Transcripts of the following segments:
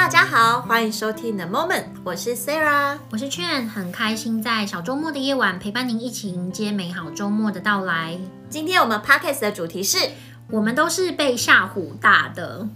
大家好，欢迎收听 The Moment， 我是 Sarah， 我是劝，很开心在小周末的夜晚陪伴您一起迎接美好周末的到来。 今天我们 Podcast 的主题是我们都是被吓唬大的。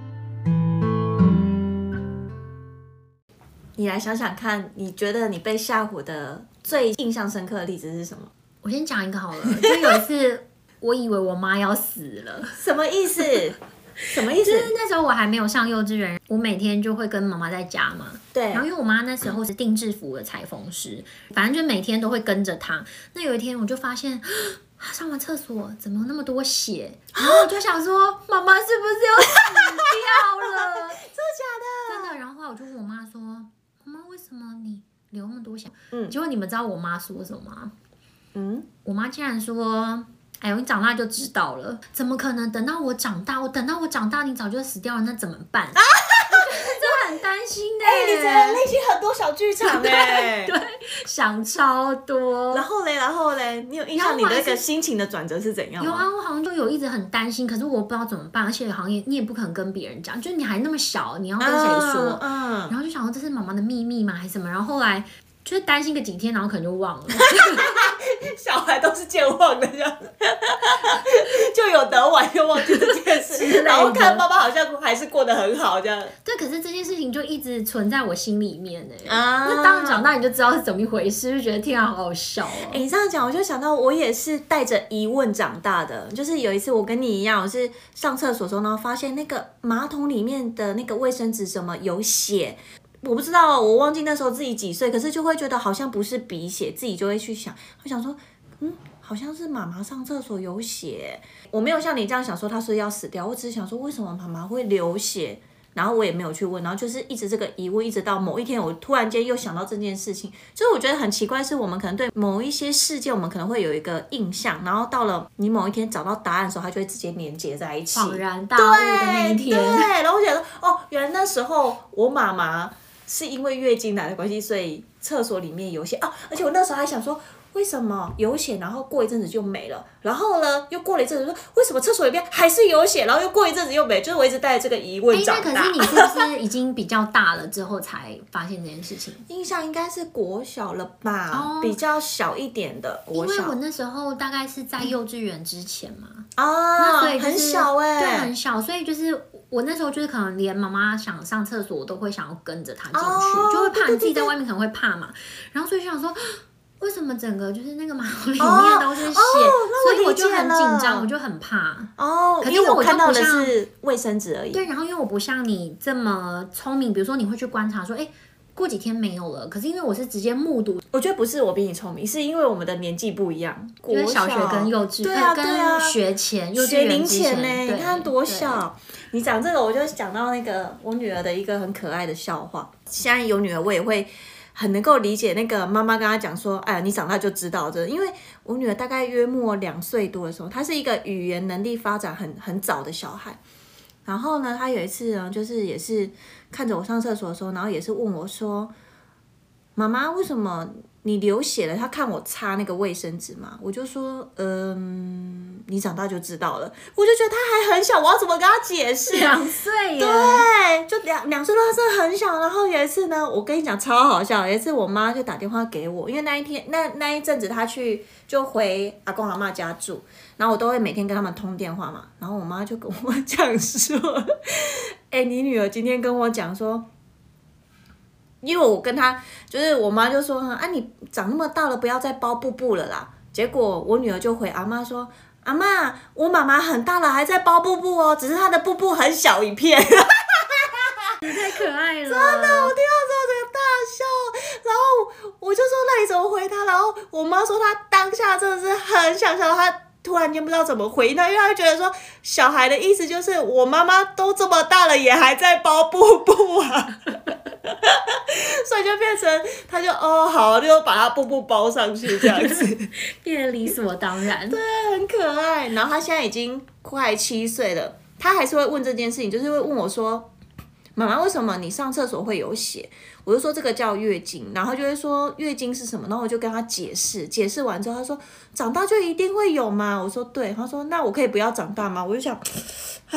你来想想看，你觉得你被吓唬的最印象深刻的例子是什么？ 我先讲一个好了，就有一次我以为我妈要死了。 什么意思？什么意思？ 就是那时候我还没有上幼稚园，我每天就会跟妈妈在家嘛。 对。 然后因为我妈那时候是定制服的裁缝师，反正就每天都会跟着她。那有一天我就发现，她上完厕所怎么有那么多血？然后我就想说，妈妈是不是要死掉了？ 真的假的？ 真的。然后后来我就问我妈说，妈妈为什么你流那么多血？ 结果你们知道我妈说什么吗？我妈竟然说，哎呦，你长大就知道了，怎么可能等到我长大？等到我长大，你早就死掉了，那怎么办？这很担心的。 你真的内心很多小剧场哎。 对，想超多。 然后嘞，你有印象你的那个心情的转折是怎样吗？ 有啊，我好像就有一直很担心，可是我不知道怎么办，而且好像你也不可能跟别人讲，就是你还那么小，你要跟谁说？然后就想说这是妈妈的秘密吗，还是什么？然后后来就是担心个几天，然后可能就忘了。 小孩都是健忘的，这样就有得玩又忘记这件事，然后看爸爸好像还是过得很好这样。 对，可是这件事情就一直存在我心里面那当你长大你就知道是怎么一回事，就觉得天啊好好笑哦。 你这样讲我就想到我也是带着疑问长大的，就是有一次我跟你一样，我是上厕所的时候，然后发现那个马桶里面的那个卫生纸什么有血。我不知道，我忘记那时候自己几岁，可是就会觉得好像不是鼻血，自己就会去想，会想说，好像是妈妈上厕所有血。我没有像你这样想说她是要死掉，我只是想说为什么妈妈会流血，然后我也没有去问，然后就是一直这个疑问，一直到某一天我突然间又想到这件事情。就是我觉得很奇怪，是我们可能对某一些事件我们可能会有一个印象，然后到了你某一天找到答案的时候，它就会直接连接在一起， 恍然大悟的那一天。 对，然后我觉得原来那时候我妈妈是因为月经来的关系，所以厕所里面有血而且我那时候还想说，为什么有血，然后过一阵子就没了，然后呢又过了一阵子说为什么厕所里面还是有血，然后又过一阵子又没，就是我一直带着这个疑问长大。 那可是你是不是已经比较大了之后才发现这件事情？ 印象应该是国小了吧，比较小一点的国小。 因为我那时候大概是在幼稚园之前嘛， 那所以很小对，很小，所以就是我那时候就是可能连妈妈想上厕所我都会想要跟着她进去，就会怕你自己在外面可能会怕嘛，然后所以就想说为什么整个就是那个马桶里面都是血，所以我就很紧张，我就很怕。可是因为我看到的是卫生纸而已。 对，然后因为我不像你这么聪明，比如说你会去观察说，过几天没有了。可是因为我是直接目睹， 我觉得不是我比你聪明，是因为我们的年纪不一样， 就是小学跟幼稚，跟学前、幼稚园之前呢，你看多小。你讲这个，我就讲到那个我女儿的一个很可爱的笑话。现在有女儿，我也会很能够理解那个妈妈跟她讲说，哎呀，你长大就知道这，因为我女儿大概约莫2岁多的时候，她是一个语言能力发展很早的小孩。然后呢，她有一次呢，就是也是看着我上厕所的时候，然后也是问我说，妈妈，为什么你流血了？她看我擦那个卫生纸嘛，我就说，你长大就知道了。我就觉得她还很小，我要怎么跟她解释 ？2岁耶。 对，就2岁多，她真的很小。然后有一次呢，我跟你讲超好笑，有一次我妈就打电话给我，因为那一天那一阵子她就回阿公阿嬷家住，然后我都会每天跟他们通电话嘛。然后我妈就跟我讲说，你女儿今天跟我讲说，因为我跟她就是我妈就说你长那么大了，不要再包布布了啦。结果我女儿就回阿嬷说，阿嬷，我妈妈很大了还在包布布哦，只是她的布布很小一片。 你太可爱了， 真的，我听到之后整个大笑，然后我就说那你怎么回她？然后我妈说她当下真的是很想笑，她突然间不知道怎么回她，因为她觉得说小孩的意思就是我妈妈都这么大了也还在包布布啊。所以就变成他就好，就把他布布包上去这样子， 变得理所当然。 对，很可爱。然后他现在已经快7岁了，他还是会问这件事情，就是会问我说，妈妈，为什么你上厕所会有血？我就说这个叫月经，然后他就会说月经是什么，然后我就跟他解释，解释完之后他说长大就一定会有吗？我说对，他说那我可以不要长大吗？我就想，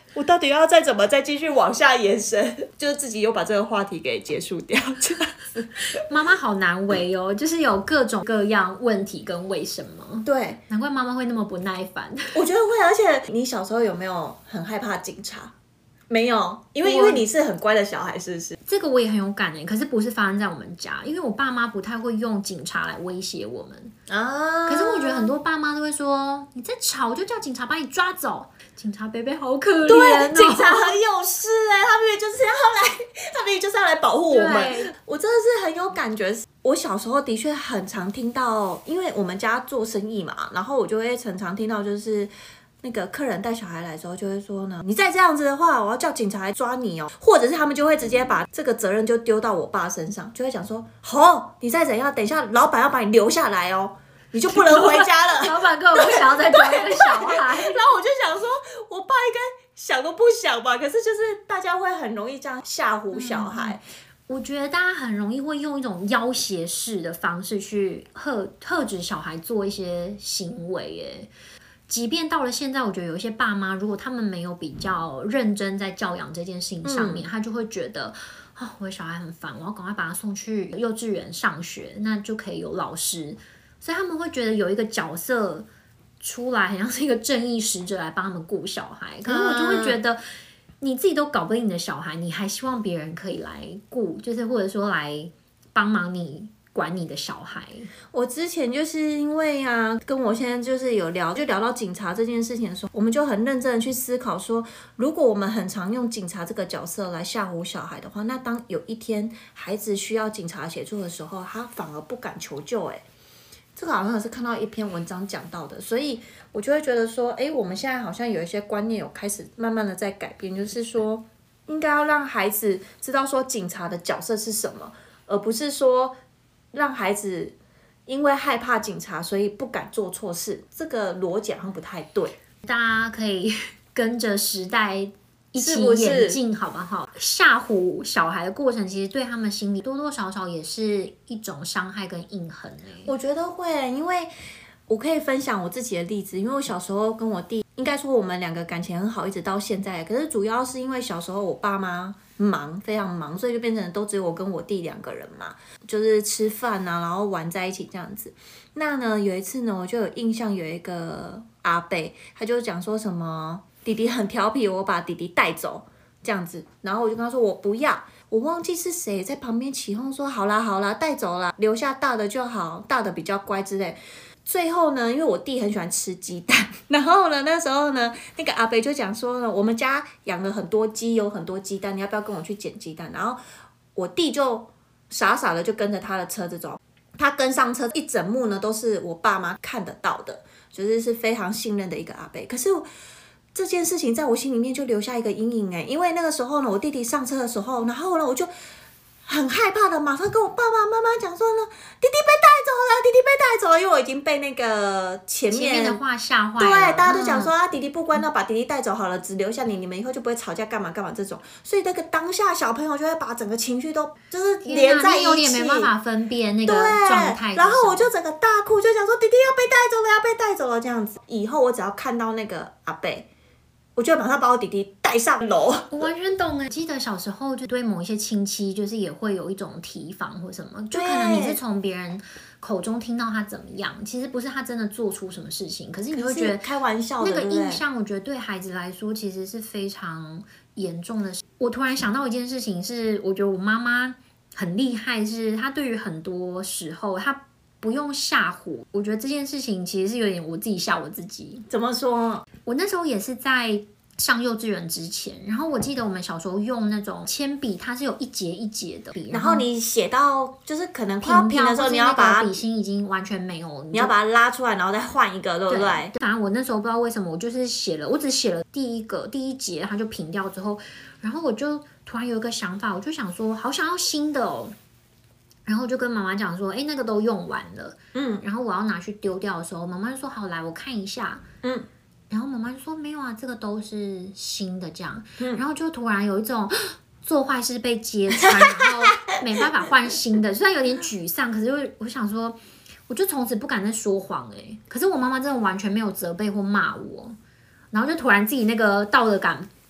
我到底要怎么继续往下延伸？就是自己又把这个话题给结束掉，这样子。 妈妈好难为哦，就是有各种各样问题跟为什么。 对， 难怪妈妈会那么不耐烦。 我觉得会，而且你小时候有没有很害怕警察？没有，因为你是很乖的小孩，是不是？ 这个我也很有感可是不是发生在我们家，因为我爸妈不太会用警察来威胁我们啊。可是我觉得很多爸妈都会说，你在吵就叫警察把你抓走。警察贝贝好可怜哦， 对，警察很有事他明明就是要来保护我们。我真的是很有感觉。我小时候的确很常听到，因为我们家做生意嘛，然后我就会很常听到就是。那个客人带小孩来的时候就会说呢，你再这样子的话，我要叫警察来抓你哦，或者是他们就会直接把这个责任就丢到我爸身上，就会讲说，你再怎样，等一下老板要把你留下来哦，你就不能回家了。 老板根本不想要再多一个小孩。 然后我就想说，我爸应该想都不想吧，可是就是大家会很容易这样吓唬小孩。 我觉得大家很容易会用一种要挟式的方式去喝止小孩做一些行为耶。即便到了现在，我觉得有一些爸妈，如果他们没有比较认真在教养这件事情上面，他就会觉得我的小孩很烦，我要赶快把他送去幼稚园上学，那就可以有老师，所以他们会觉得有一个角色出来，好像是一个正义使者来帮他们顾小孩。可是我就会觉得，你自己都搞不定你的小孩，你还希望别人可以来顾，就是或者说来帮忙你。管你的小孩。 我之前就是因为跟我现在就是有聊到警察这件事情的时候，我们就很认真的去思考说，如果我们很常用警察这个角色来吓唬小孩的话，那当有一天孩子需要警察协助的时候，他反而不敢求救。这个好像是看到一篇文章讲到的，所以我就会觉得说，我们现在好像有一些观念有开始慢慢的在改变，就是说应该要让孩子知道说警察的角色是什么，而不是说让孩子因为害怕警察，所以不敢做错事，这个逻辑好像不太对。 大家可以跟着时代一起演进，好不好？吓唬小孩的过程，其实对他们心里多多少少也是一种伤害跟印痕。 我觉得会，因为我可以分享我自己的例子，因为我小时候跟我弟，应该说我们两个感情很好，一直到现在。可是主要是因为小时候我爸妈忙，非常忙，所以就变成都只有我跟我弟两个人嘛，就是吃饭然后玩在一起这样子。那呢，有一次呢，我就有印象，有一个阿伯，他就讲说什么弟弟很调皮，我把弟弟带走这样子，然后我就跟他说我不要，我忘记是谁在旁边起哄说好啦带走啦，留下大的就好，大的比较乖之类。最后呢，因为我弟很喜欢吃鸡蛋，然后呢，那时候呢，那个阿伯就讲说呢，我们家养了很多鸡，有很多鸡蛋，你要不要跟我去捡鸡蛋？然后我弟就傻傻的就跟着他的车子走，他跟上车，一整幕呢都是我爸妈看得到的，就是非常信任的一个阿伯。可是这件事情在我心里面就留下一个阴影因为那个时候呢，我弟弟上车的时候，然后呢我就很害怕的，马上跟我爸爸妈妈讲说呢，弟弟被带走了，因为我已经被那个前面的话吓坏了。 对，大家都讲说弟弟不乖，那把弟弟带走好了，只留下你们以后就不会吵架，干嘛这种。所以那个当下小朋友就会把整个情绪都就是连在一起， 有点没办法分辨那个状态。 然后我就整个大哭，就讲说弟弟要被带走了这样子。以后我只要看到那个阿伯，我就马上把我弟弟带上楼。 我完全懂记得小时候就对某一些亲戚，就是也会有一种提防或什么，就可能你是从别人口中听到他怎么样，其实不是他真的做出什么事情，可是你会觉得开玩笑的那个印象，我觉得对孩子来说其实是非常严重的。我突然想到一件事情是，我觉得我妈妈很厉害，是她对于很多时候她不用吓唬，我觉得这件事情其实是有点我自己吓我自己。 怎么说？ 我那时候也是在上幼稚园之前，然后我记得我们小时候用那种铅笔，它是有一节一节的笔， 然后你写到就是可能快要平的时候，你要把它笔芯已经完全没有， 你要把它拉出来，然后再换一个，对不对？ 反正我那时候不知道为什么，我就是我只写了第一节，它就平掉之后，然后我就突然有一个想法，我就想说，好想要新的哦。然后我就跟妈妈讲说，那个都用完了，然后我要拿去丢掉的时候，妈妈就说好，来我看一下，然后妈妈就说没有啊，这个都是新的这样，然后就突然有一种做坏事被揭穿，然后没办法换新的，虽然有点沮丧，可是我想说，我就从此不敢再说谎可是我妈妈真的完全没有责备或骂我，然后就突然自己那个道德感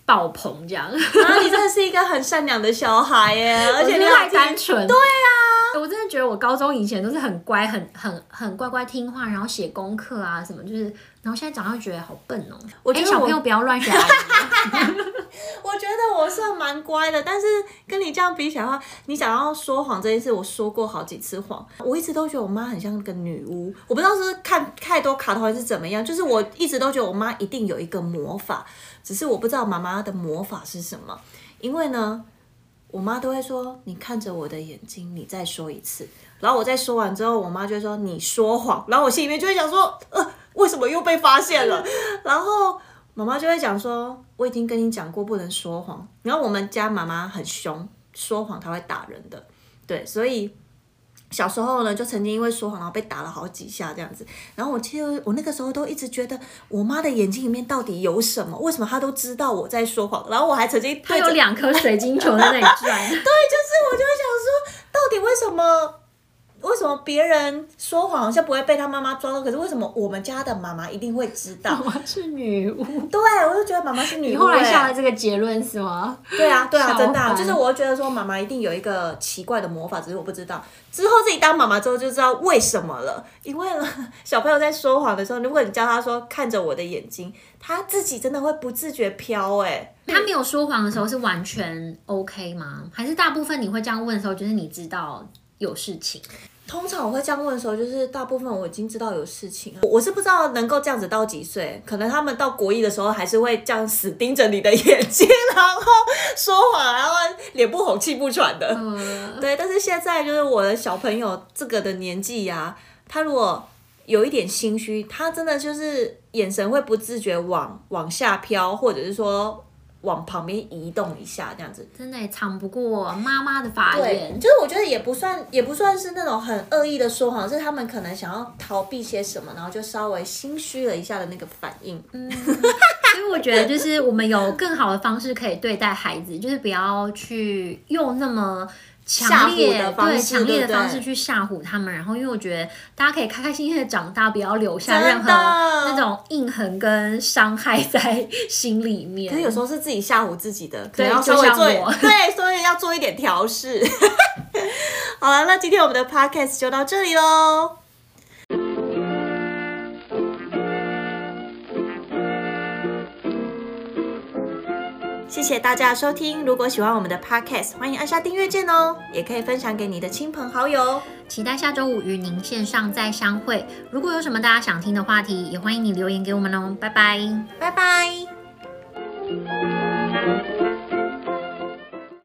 爆棚这样。 啊，你真的是一个很善良的小孩耶，而且你太单纯。 对啊， 我真的觉得我高中以前都是很乖、很乖乖听话，然后写功课啊什么，就是，然后现在长大觉得好笨哦。 我觉得小朋友不要乱学阿姨。 我觉得我算蛮乖的，但是跟你这样比起来的话，你想要说谎这件事，我说过好几次谎。我一直都觉得我妈很像个女巫，我不知道是看太多卡通还是怎么样，就是我一直都觉得我妈一定有一个魔法，只是我不知道妈妈的魔法是什么。因为呢，我妈都会说：“你看着我的眼睛，你再说一次。”然后我再说完之后，我妈就会说：“你说谎。”然后我心里面就会想说：“为什么又被发现了？”然后妈妈就会讲说：“我已经跟你讲过不能说谎。”然后我们家妈妈很凶，说谎她会打人的，对，所以小时候呢，就曾经因为说谎然后被打了好几下这样子。然后我记得我那个时候都一直觉得我妈的眼睛里面到底有什么？为什么她都知道我在说谎？然后我还曾经她有2颗水晶球在那里转。 对，就是我就会想说，到底为什么别人说谎好像不会被他妈妈抓到，可是为什么我们家的妈妈一定会知道？ 妈妈是女巫。 对，我就觉得妈妈是女巫。 你后来下了这个结论是吗？ 对啊，真的就是我觉得说妈妈一定有一个奇怪的魔法，只是我不知道。之后自己当妈妈之后就知道为什么了。因为呢，小朋友在说谎的时候，如果你教他说看着我的眼睛，他自己真的会不自觉飘他没有说谎的时候是完全 OK 吗？还是大部分你会这样问的时候，就是你知道有事情？ 通常我会这样问的时候，就是大部分我已经知道有事情了。我是不知道能够这样子到几岁，可能他们到国一的时候还是会这样死盯着你的眼睛，然后说谎，然后脸不红气不喘的。对，但是现在就是我的小朋友这个的年纪呀，他如果有一点心虚，他真的就是眼神会不自觉往下飘，或者是说往旁边移动一下，这样子， 真的也藏不过妈妈的法眼。 对，就是我觉得也不算是那种很恶意的说谎，是他们可能想要逃避些什么，然后就稍微心虚了一下的那个反应。 所以我觉得就是我们有更好的方式可以对待孩子，就是不要去用那么强烈的方式去吓唬他们，然后因为我觉得大家可以开开心心的长大，不要留下任何那种印痕跟伤害在心里面。 可是有时候是自己吓唬自己的，可能对， 要稍微做对， 所以要做一点调试。好了，那今天我们的 podcast 就到这里咯。谢谢大家的收听，如果喜欢我们的 podcast， 欢迎按下订阅键哦，也可以分享给你的亲朋好友。 期待下周5与您线上再相会。如果有什么大家想听的话题，也欢迎你留言给我们哦。拜拜， 拜拜。